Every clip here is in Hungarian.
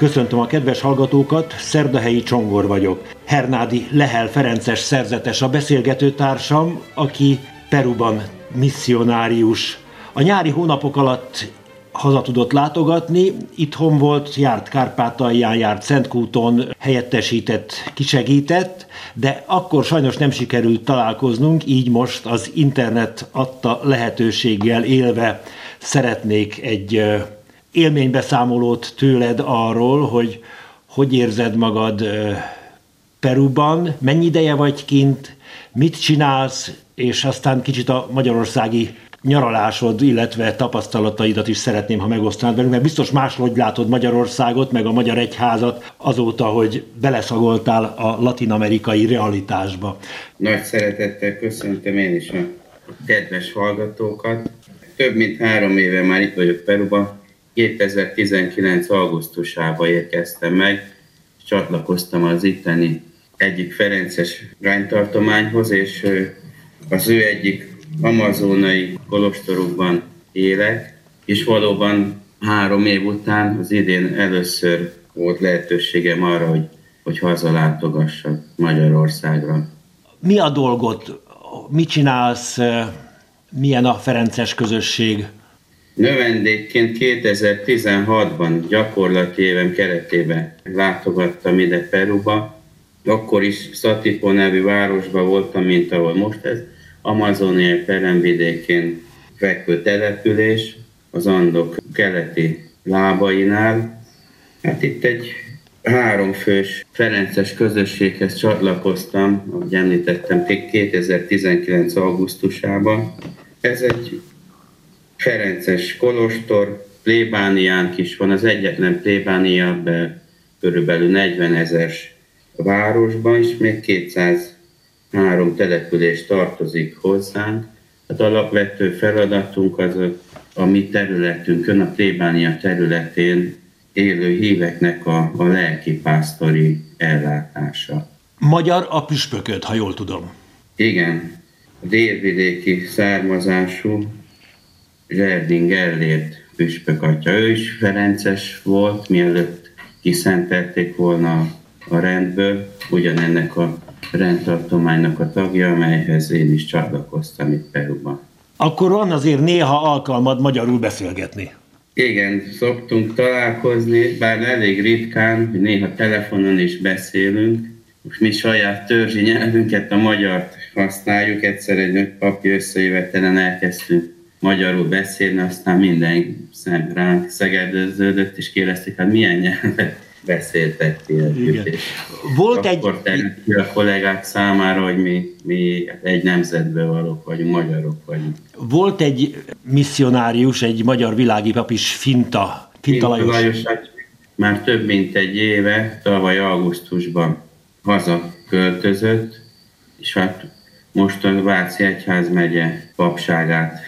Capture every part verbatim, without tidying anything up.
Köszöntöm a kedves hallgatókat, Szerdahelyi Csongor vagyok. Hernádi Lehel Ferences szerzetes a beszélgető társam, aki Peruban misszionárius. A nyári hónapok alatt haza tudott látogatni, itthon volt, járt Kárpátalján, járt Szentkúton, helyettesített, kisegített, de akkor sajnos nem sikerült találkoznunk, így most az internet adta lehetőséggel élve szeretnék egy élménybeszámolót tőled arról, hogy hogy érzed magad Peruban, mennyi ideje vagy kint, mit csinálsz, és aztán kicsit a magyarországi nyaralásod, illetve tapasztalataidat is szeretném, ha megosztanád velünk, mert biztos máshogy látod Magyarországot, meg a magyar egyházat azóta, hogy beleszagoltál a latin-amerikai realitásba. Nagy szeretettel köszöntöm én is a kedves hallgatókat. Több mint három éve már itt vagyok Peruban. kétezer-tizenkilenc. augusztusában érkeztem meg, és csatlakoztam az itteni egyik ferences rendtartományhoz, és az ő egyik amazonai kolostorukban élek, és valóban három év után, az idén először volt lehetőségem arra, hogy, hogy hazalátogassak Magyarországra. Mi a dolgot? Mit csinálsz? Milyen a ferences közösség? Növendékként kétezer-tizenhatban gyakorlati évem keretében látogattam ide Peruba. Akkor is Satipo nevű városban voltam, mint ahol most ez. Amazóniai peremvidékén fekvő település, az Andok keleti lábainál. Hát itt egy háromfős ferences közösséghez csatlakoztam, ahogy említettem, kétezer-tizenkilenc. augusztusában. Ez egy ferences kolostor, plébániánk is van, az egyetlen plébánia, de körülbelül negyvenezer városban is, még kétszázhárom település tartozik hozzánk. Az alapvető feladatunk az a, a mi területünkön, a plébánia területén élő híveknek a, a lelkipásztori ellátása. Magyar a püspököd, ha jól tudom. Igen, a délvidéki származású Zserding Gellért püspök atya. Ő is ferences volt, mielőtt kiszentelték volna a rendből, ugyanennek a rendtartománynak a tagja, amelyhez én is csatlakoztam itt Peruban. Akkor van azért néha alkalmad magyarul beszélgetni. Igen, szoktunk találkozni, bár elég ritkán, hogy néha telefonon is beszélünk. Most mi saját törzsi nyelvünket, a magyart használjuk, egyszer egy nagy papi összejövetelen elkezdtünk magyarul beszélni, aztán minden szem ránk szegedeződött, és kérdezték, hát milyen nyelvet beszéltek ti együtt. Volt akkor egy... a kollégák számára, hogy mi, mi egy nemzetből valók vagyunk, magyarok vagyunk. Volt egy misszionárius, egy magyar világi pap is, Finta, Finta Lajos. Lajos már több mint egy éve, tavaly augusztusban haza költözött, és hát most a Váci Egyházmegye papságát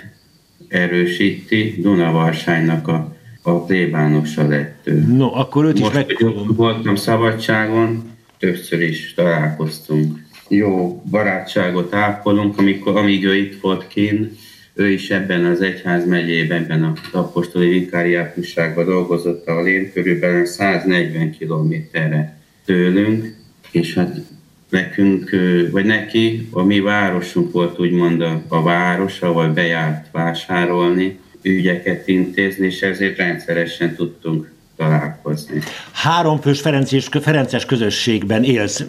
erősíti, Dunavarsánynak a, a plébánosa lett ő. No, akkor őt most is megkapom. Voltam szabadságon, többször is találkoztunk. Jó barátságot ápolunk, amikor, amíg ő itt volt kint, ő is ebben az egyházmegyében, ebben az apostoli vikáriátusságban dolgozott, ahol én körülbelül száznegyven kilométerre tőlünk, és hát nekünk, vagy neki, a mi városunk volt úgymond a, a város, ahol bejárt vásárolni, ügyeket intézni, és ezért rendszeresen tudtunk találkozni. Háromfős ferences, ferences közösségben élsz.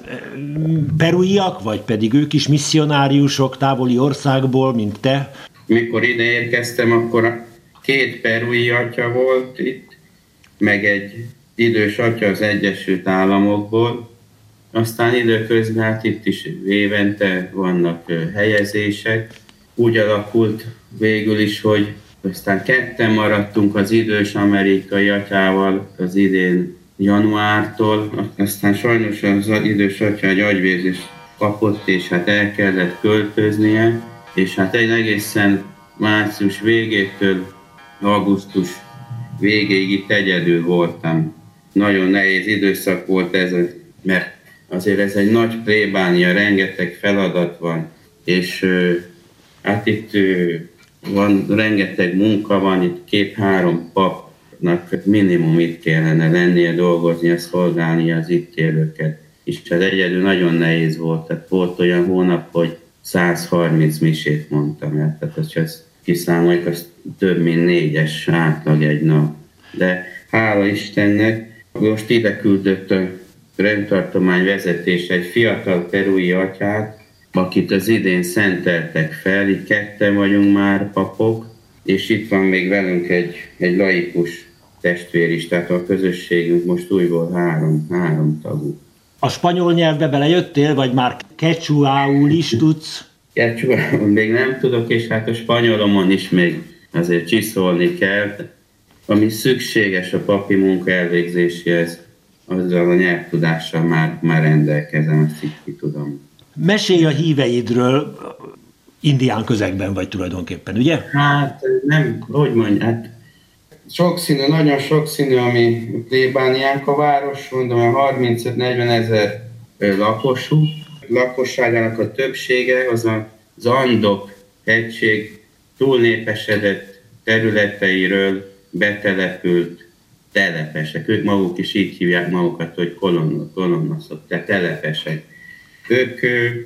Peruiak, vagy pedig ők is misszionáriusok távoli országból, mint te? Mikor ide érkeztem, akkor két perui atya volt itt, meg egy idős atya az Egyesült Államokból. Aztán időközben hát itt is évente vannak helyezések. Úgy alakult végül is, hogy aztán ketten maradtunk az idős amerikai atyával az idén januártól. Aztán sajnos az idős atya egy agyvérzést kapott, és hát el kellett költöznie. És hát egy egészen március végétől augusztus végéig itt egyedül voltam. Nagyon nehéz időszak volt ez, mert azért ez egy nagy plébánia, rengeteg feladat van, és hát itt van rengeteg munka van, itt két-három pap magyaroknak minimum itt kellene lennie, dolgoznia, szolgálni az itt élőket. És az egyedül nagyon nehéz volt, tehát volt olyan hónap, hogy száz harminc misét mondtam el, tehát ha ezt kiszámoljuk, az több mint négyes átlag egy nap. De hála Istennek, most ide küldött a rendtartomány vezetése egy fiatal perui atyát, akit az idén szenteltek fel, így ketten vagyunk már papok, és itt van még velünk egy, egy laikus testvér is, tehát a közösségünk most újból három, három tagú. A spanyol nyelvbe belejöttél, vagy már quechuául is tudsz? Quechuául még nem tudok, és hát a spanyolomon is még azért csiszolni kell. Ami szükséges a papi munka elvégzéséhez, azzal a nyelvtudással már, már rendelkezem, azt így ki tudom. Mesélj a híveidről, indián közegben vagy tulajdonképpen, ugye? Hát nem, hogy mondjam, hát sokszínű, nagyon sokszínű, ami plébániánk a város, mondom, a harmincöt-negyven ezer lakosú. Lakosságának a többsége az az Andok hegység túlnépesedett területeiről betelepült telepesek. Ők maguk is így hívják magukat, hogy kolonnaszok, tehát telepesek. Ők,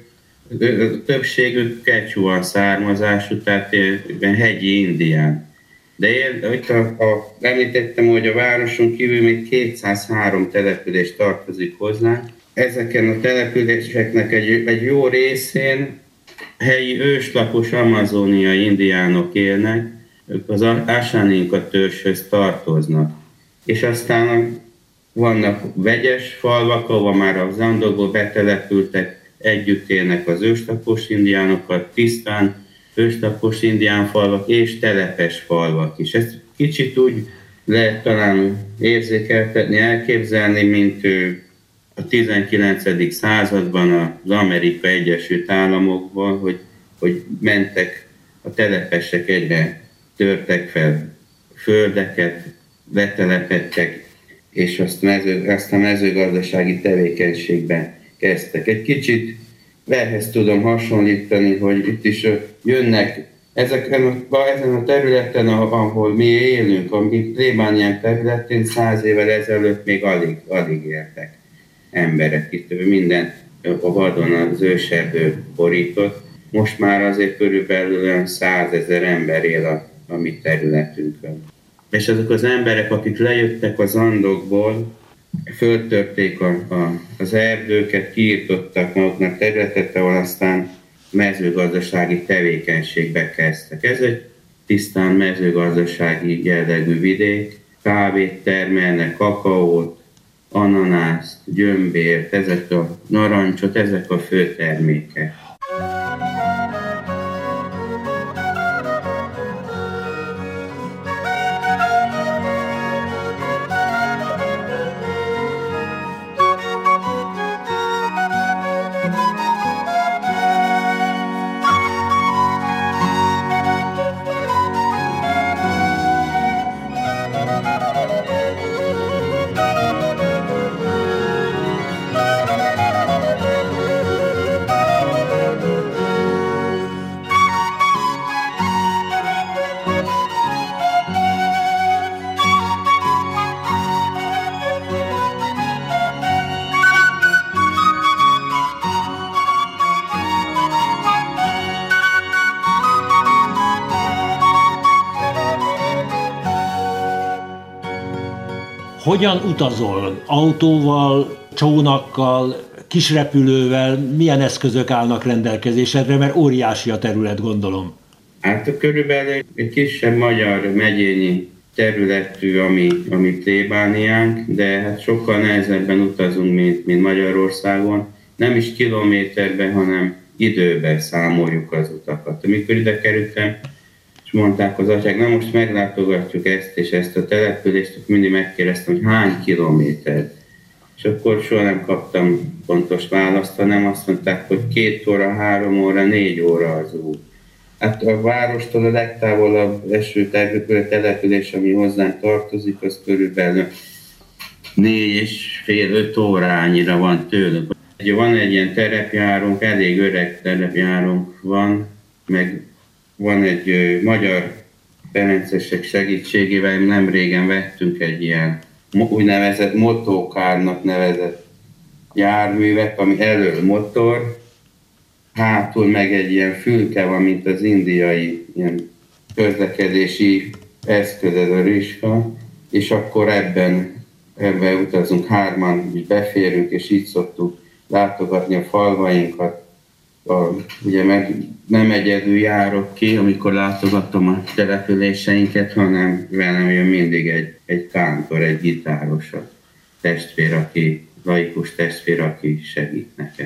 a többségük quechua származású, tehát hegyi indián. De én, itt a, a, említettem, hogy a városon kívül még kétszázhárom település tartozik hozzánk. Ezeken a településeknek egy, egy jó részén helyi őslakos amazóniai indiánok élnek, ők az Asáninka törzshöz tartoznak. És aztán vannak vegyes falvak, ahol már az Andokból betelepültek, együtt élnek az őslakos indiánokat, tisztán őslakos indián falvak és telepes falvak is. Ezt kicsit úgy lehet talán érzékeltetni, elképzelni, mint a tizenkilencedik században az Amerika Egyesült Államokban, hogy, hogy mentek a telepesek, egyre törtek fel földeket, betelepedtek, és azt, mező, azt a mezőgazdasági tevékenységben kezdtek. Egy kicsit ehhez tudom hasonlítani, hogy itt is jönnek ezeken a, ezen a területen, ahol mi élünk, a mi plébániánk területén száz évvel ezelőtt még alig, alig éltek emberek. Itt minden a vadon az őserdő borított. Most már azért körülbelül olyan százezer ember él a, a mi területünkön. És azok az emberek, akik lejöttek az Andokból, föltörték a, a, az erdőket, kiirtottak maguknak területet, ahol aztán mezőgazdasági tevékenységbe kezdtek. Ez egy tisztán mezőgazdasági jellegű vidék, kávét termelnek, kakaót, ananászt, gyömbért, ezek a narancsot, ezek a fő termékek. Hogyan utazol? Autóval, csónakkal, kisrepülővel? Milyen eszközök állnak rendelkezésedre, mert óriási a terület, gondolom. Hát körülbelül egy kisebb magyar megyényi területű, ami, ami plébániánk, de hát sokkal nehezebben utazunk, mint, mint Magyarországon. Nem is kilométerben, hanem időben számoljuk az utakat. Amikor ide kerültem, mondták az atyák, na most meglátogatjuk ezt és ezt a települést, mindig megkérdeztem, hogy hány kilométer. És akkor soha nem kaptam pontos választ, hanem azt mondták, hogy két óra, három óra, négy óra az út. Hát a várostól a legtávolabb eső település, ami hozzánk tartozik, az körülbelül négy és fél, öt órányira van tőlünk. Van egy ilyen terepjárónk, elég öreg terepjárónk van, meg van egy ö, magyar ferencesek segítségével nem régen vettünk egy ilyen úgynevezett motókárnak nevezett járművet, ami elől motor, hátul meg egy ilyen fülke van, mint az indiai ilyen közlekedési eszköz, ez a riska, és akkor ebben, ebben utazunk hárman, így beférünk, és így szoktuk látogatni a falvainkat. A, ugye meg nem egyedül járok ki, amikor látogatom a településeinket, hanem velem jön mindig egy, egy kántor, egy gitáros, a testvér, aki, laikus testvér, aki segít nekem.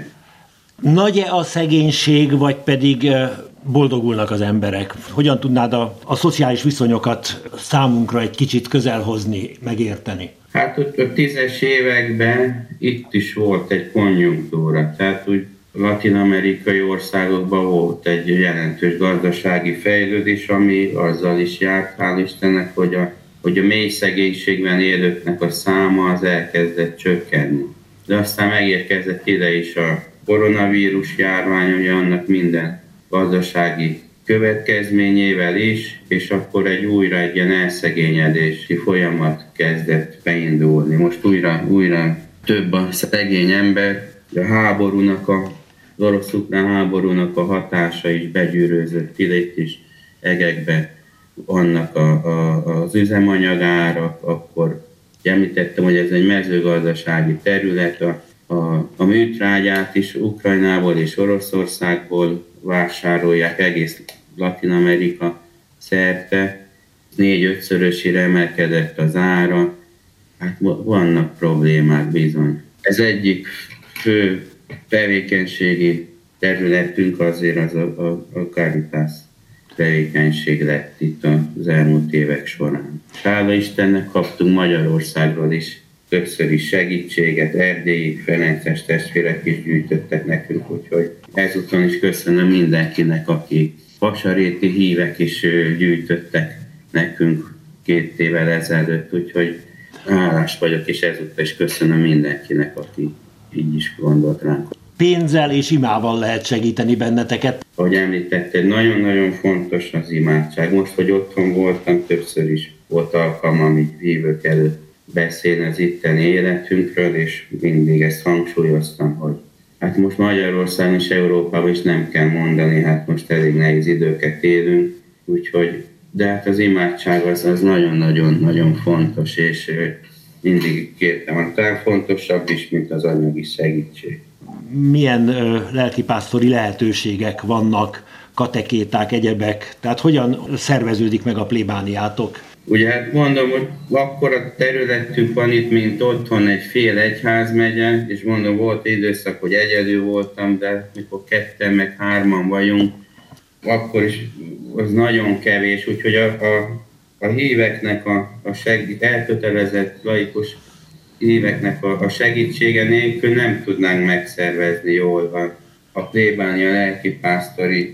Nagy-e a szegénység, vagy pedig boldogulnak az emberek? Hogyan tudnád a, a szociális viszonyokat számunkra egy kicsit közel hozni, megérteni? Hát ott a tízes években itt is volt egy konjunktúra, tehát úgy latin-amerikai országokban volt egy jelentős gazdasági fejlődés, ami azzal is járt, hál' Istennek, hogy a, hogy a mély szegénységben élőknek a száma az elkezdett csökkenni. De aztán megérkezett ide is a koronavírus járvány, ugye annak minden gazdasági következményével is, és akkor egy újra egy ilyen elszegényedési folyamat kezdett beindulni. Most újra, újra több a szegény ember, de a háborúnak, a, az orosz-ukrán háborúnak a hatása is begyűrőzött itt is egekbe annak a, a, az üzemanyagárak, akkor említettem, hogy ez egy mezőgazdasági terület, a, a, a műtrágyát is Ukrajnából és Oroszországból vásárolják egész Latin-Amerika szerte, négy-ötszörösére emelkedett az ára, hát vannak problémák bizony. Ez egyik fő tevékenységi területünk azért az a, a, a Caritas tevékenység lett itt az elmúlt évek során. Hála Istennek kaptunk Magyarországról is többször is segítséget, erdélyi ferences testvérek is gyűjtöttek nekünk, úgyhogy ezúton is köszönöm mindenkinek, aki vasaréti hívek is gyűjtöttek nekünk két évvel ezelőtt, úgyhogy hálás vagyok, és ezúttal is köszönöm mindenkinek, aki így is gondolt ránk. Pénzzel és imával lehet segíteni benneteket. Ahogy említetted, nagyon-nagyon fontos az imádság. Most, hogy otthon voltam, többször is volt alkalmam így hívők előtt beszélni az itteni életünkről, és mindig ezt hangsúlyoztam, hogy hát most Magyarországon és Európában is nem kell mondani, hát most elég nehéz időket élünk, úgyhogy, de hát az imádság az, az nagyon-nagyon-nagyon fontos, és mindig kértem, talán fontosabb is, mint az anyagi segítség. Milyen ö, lelkipásztori lehetőségek vannak, katekéták, egyebek, tehát hogyan szerveződik meg a plébániátok? Ugye hát mondom, hogy akkora területünk van itt, mint otthon egy fél egyházmegye, és mondom, volt időszak, hogy egyedül voltam, de mikor ketten meg hárman vagyunk, akkor is az nagyon kevés, úgyhogy a, a, a híveknek, a, a segít, elkötelezett laikus híveknek a, a segítsége nélkül nem tudnánk megszervezni jól a, a plébánia lelkipásztori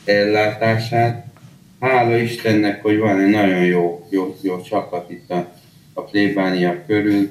ellátását. Hála Istennek, hogy van egy nagyon jó, jó, jó csapat itt a, a plébánia körül.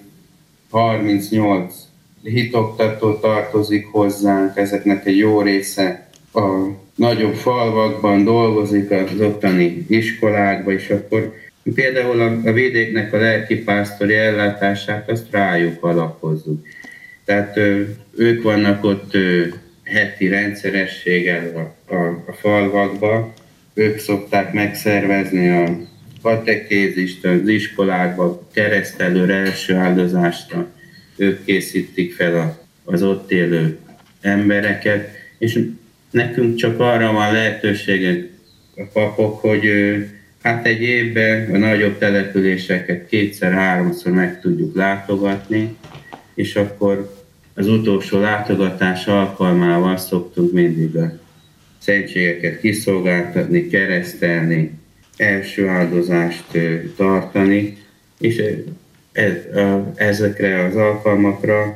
harmincnyolc hitoktató tartozik hozzánk, ezeknek egy jó része a nagyobb falvakban dolgozik, az ottani iskolákban, és akkor például a, a vidéknek a lelkipásztori ellátását azt rájuk alapozzuk. Tehát ö, ők vannak ott ö, heti rendszerességgel a, a, a falvakban, ők szokták megszervezni a katekézist az iskolákban, keresztelőre, első áldozásra, ők készítik fel a, az ott élő embereket, és nekünk csak arra van lehetőségek a papok, hogy hát egy évben a nagyobb településeket kétszer-háromszor meg tudjuk látogatni, és akkor az utolsó látogatás alkalmával szoktunk mindig a szentségeket kiszolgáltatni, keresztelni, első áldozást tartani, és ez, a, ezekre az alkalmakra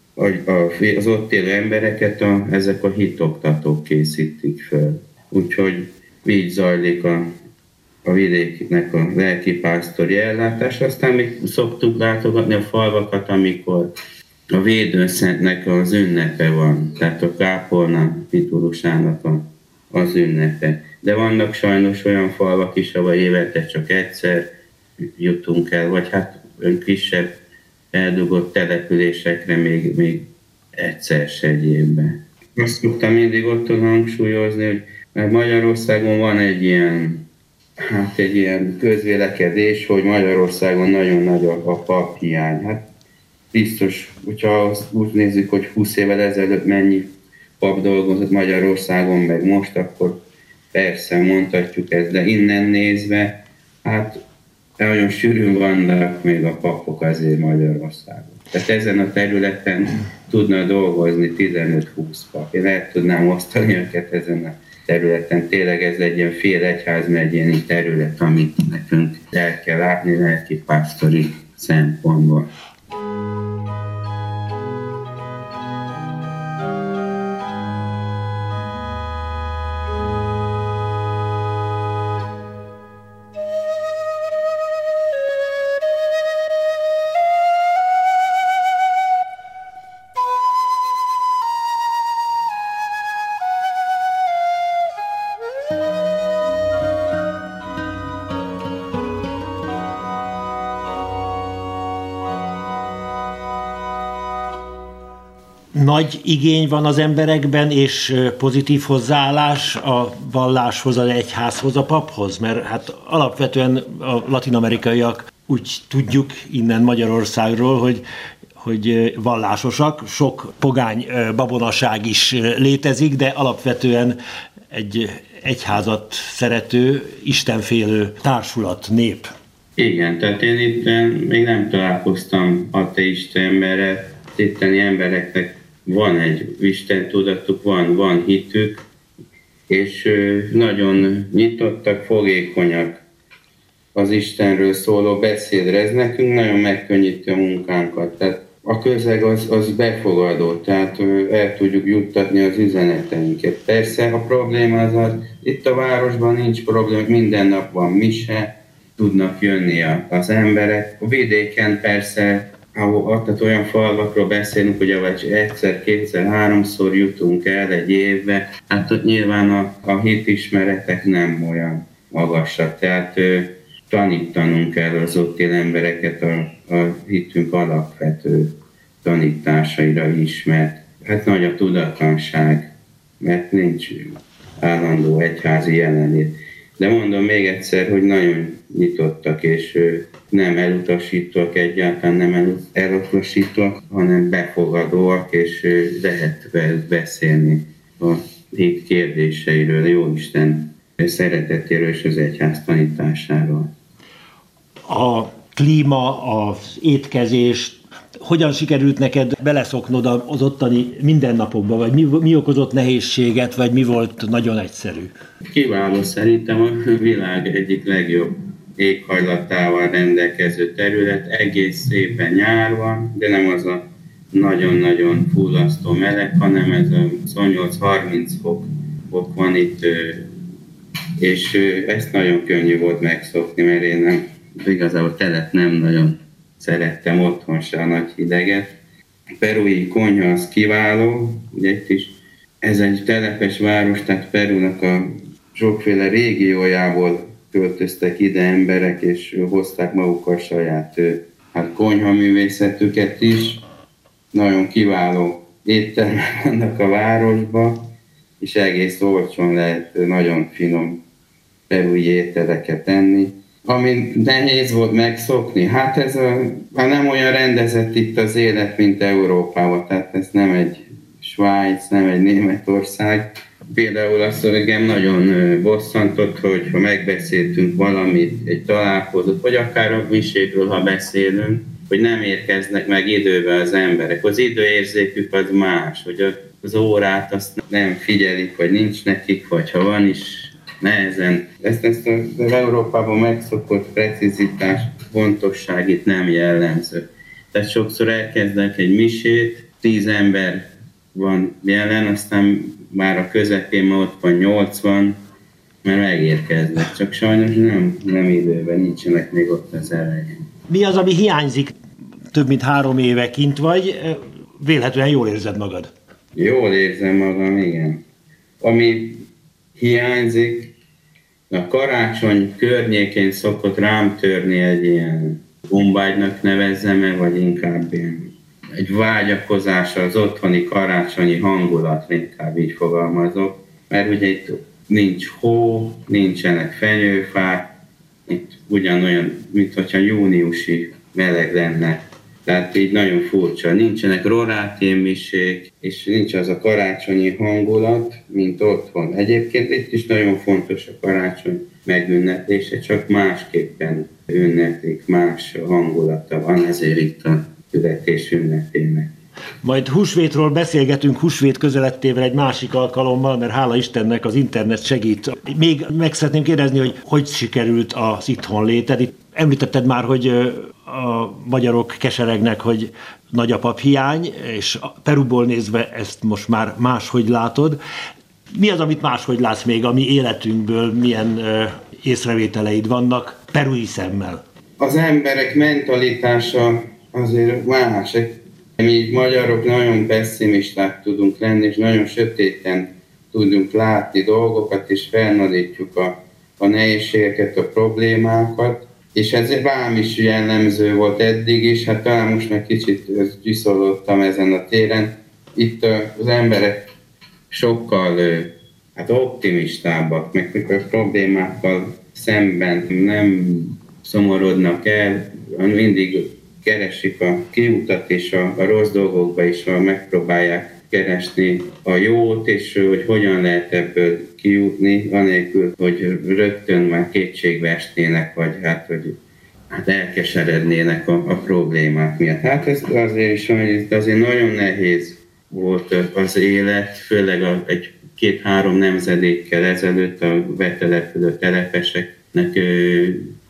az ott élő embereket a, ezek a hitoktatók készítik föl. Úgyhogy így zajlik a, a vidéknek a lelkipásztori ellátás. Aztán mi szoktuk látogatni a falvakat, amikor a védőszentnek az ünnepe van, tehát a kápolna titulusának a, az ünnepe. De vannak sajnos olyan falvak is, ahol évente csak egyszer jutunk el, vagy hát ön kisebb eldugott településekre még, még egyszer se egy évben. Azt szoktam mindig ott hangsúlyozni, hogy mert Magyarországon van egy ilyen, hát egy ilyen közvélekedés, hogy Magyarországon nagyon nagy a, a paphiány. Hát biztos, hogyha azt úgy nézzük, hogy húsz évvel ezelőtt mennyi pap dolgozott Magyarországon, meg most, akkor persze mondhatjuk ezt, de innen nézve, hát nagyon sűrűn vannak még a papok azért Magyarországon. Tehát ezen a területen tudna dolgozni tizenöt-húsz pap. Én el tudnám osztani őket ezen a területen. Tényleg ez egy ilyen fél egyházmegyéni terület, amit nekünk el kell látni lelkipásztori szempontból. Nagy igény van az emberekben, és pozitív hozzáállás a valláshoz, az egyházhoz, a paphoz? Mert hát alapvetően a latin-amerikaiak úgy tudjuk innen Magyarországról, hogy, hogy vallásosak, sok pogány babonaság is létezik, de alapvetően egy egyházat szerető, istenfélő társulat, nép. Igen, tehát én itt még nem találkoztam ateista emberrel, itteni embereknek van egy Isten tudatuk, van, van hitük, és nagyon nyitottak, fogékonyak az Istenről szóló beszédre. Ez nekünk nagyon megkönnyíti a munkánkat. Tehát a közeg az, az befogadó, tehát el tudjuk juttatni az üzeneteinket. Persze a probléma az az, itt a városban nincs probléma, minden nap van mise, tudnak jönni az emberek. A vidéken persze, ahol tehát olyan falvakról beszélünk, hogy vagy egyszer, kétszer, háromszor jutunk el egy évbe, hát ott nyilván a, a hitismeretek nem olyan magasak, tehát ö, tanítanunk kell az ott élő embereket a, a hitünk alapvető tanításaira is, mert hát nagy a tudatlanság, mert nincs állandó egyházi jelenlét. De mondom még egyszer, hogy nagyon nyitottak, és nem elutasítóak, egyáltalán nem elutasítóak, hanem befogadóak, és lehet beszélni a hit kérdéseiről, Jóisten szeretetéről és az egyház tanításáról. A klíma, az étkezés, hogyan sikerült neked beleszoknod az ottani mindennapokba, vagy mi, mi okozott nehézséget, vagy mi volt nagyon egyszerű? Kiváló, szerintem a világ egyik legjobb éghajlatával rendelkező terület. Egész szépen nyár van, de nem az a nagyon-nagyon fullasztó meleg, hanem ez a huszonnyolc-harminc fok, fok van itt, és ezt nagyon könnyű volt megszokni, mert én nem, igazából telet nem nagyon szerettem otthon se a nagy hideget. A perui konyha az kiváló, ugye itt is ez egy telepes város, tehát Perúnak a sokféle régiójából költöztek ide emberek, és hozták magukkal saját hát, konyhaművészetüket is. Nagyon kiváló éttermek vannak a városban, és egész olcsón lehet nagyon finom perui ételeket enni. Ami nehéz volt megszokni, hát ez a, hát nem olyan rendezett itt az élet, mint Európában, tehát ez nem egy Svájc, nem egy Németország. Például azt, hogy engem nagyon bosszantott, hogy ha megbeszéltünk valamit, egy találkozót, vagy akár a miségről, ha beszélünk, hogy nem érkeznek meg időben az emberek. Az időérzékük az más, hogy az órát azt nem figyelik, vagy nincs nekik, vagy ha van is, nehezen. Ezt, ezt az Európában megszokott precizitás, pontosság itt nem jellemző. Tehát sokszor elkezdek egy misét, tíz ember van jelen, aztán már a közepén ma ott van nyolcvan, mert megérkeznek. Csak sajnos nem, nem időben, nincsenek még ott az elején. Mi az, ami hiányzik? Több mint három éve kint vagy, vélhetően jól érzed magad? Jól érzem magam, igen. Ami hiányzik. A karácsony környékén szokott rám törni egy ilyen gombágynak nevezzem-e, vagy inkább ilyen, egy vágyakozás az otthoni karácsonyi hangulat, inkább így fogalmazok. Mert ugye itt nincs hó, nincsenek fenyőfák, itt ugyanolyan, mint hogyha júniusi meleg lenne. Tehát így nagyon furcsa. Nincsenek rorátémisék, és nincs az a karácsonyi hangulat, mint otthon. Egyébként itt is nagyon fontos a karácsony megünneplése, csak másképpen ünneplik, más hangulata van ezért itt a születés ünnepének. Majd húsvétról beszélgetünk húsvét közelettével egy másik alkalommal, mert hála Istennek az internet segít. Még meg szeretném kérdezni, hogy hogy sikerült az itthon léted. Itt említetted már, hogy a magyarok keseregnek, hogy nagyapap hiány, és Peruból nézve ezt most már máshogy látod. Mi az, amit máshogy látsz még, ami életünkből, milyen észrevételeid vannak perui szemmel? Az emberek mentalitása azért más. Mi magyarok nagyon pessimisták tudunk lenni, és nagyon sötéten tudunk látni dolgokat, és felnadítjuk a, a nehézségeket, a problémákat. És ez rám is jellemző volt eddig is, hát talán most meg kicsit csiszolódtam ezen a téren. Itt az emberek sokkal hát optimistábbak, meg a problémákkal szemben nem szomorodnak el, mindig keresik a kiutat, és a, a rossz dolgokba is a, megpróbálják keresni a jót, és hogy hogyan lehet ebből kijutni, anélkül, hogy rögtön már kétségbe esnének, vagy hát, hogy hát elkeserednének a, a problémák miatt. Hát ez azért is, hogy azért nagyon nehéz volt az élet, főleg a, egy két-három nemzedékkel ezelőtt a betelepülő telepeseknek ö,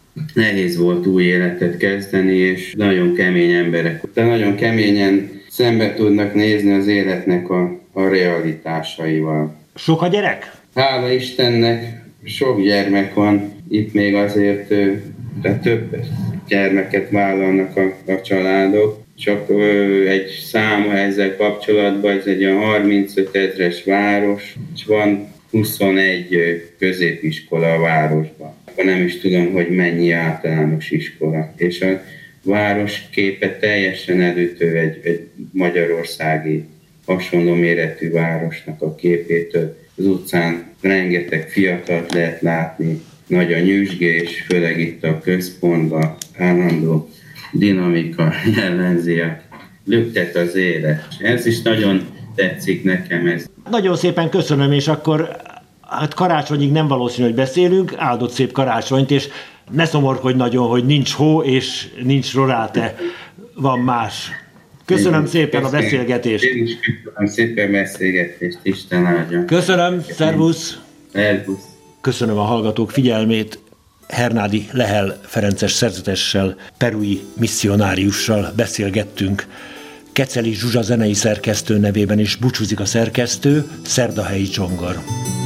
nehéz volt új életet kezdeni, és nagyon kemény emberek. De nagyon keményen szembe tudnak nézni az életnek a, a realitásaival. Sok a gyerek? Hála Istennek sok gyermek van, itt még azért de több gyermeket vállalnak a, a családok. Csak ö, egy szám ezzel kapcsolatban, ez egy olyan harmincöt ezres város, és van huszonegy középiskola a városban. Nem is tudom, hogy mennyi általános iskola. És a város képe teljesen elütő egy, egy magyarországi hasonló méretű városnak a képétől. Az utcán rengeteg fiatalt lehet látni, nagy a nyüzsgés, főleg itt a központban állandó dinamika jellemzi a lüktet az élet. Ez is nagyon tetszik nekem. Ez. Nagyon szépen köszönöm, és akkor hát karácsonyig nem valószínű, hogy beszélünk, áldott szép karácsonyt, és ne szomorkodj nagyon, hogy nincs hó és nincs roráte, van más. Köszönöm én szépen köszönöm. A beszélgetést. Én is köszönöm szépen a beszélgetést, Isten áldja. Köszönöm, szervusz. Szervusz. Köszönöm a hallgatók figyelmét. Hernádi Lehel Ferences szerzetessel, perui misszionáriussal beszélgettünk. Keceli Zsuzsa zenei szerkesztő nevében is búcsúzik a szerkesztő, Szerdahelyi Csongor.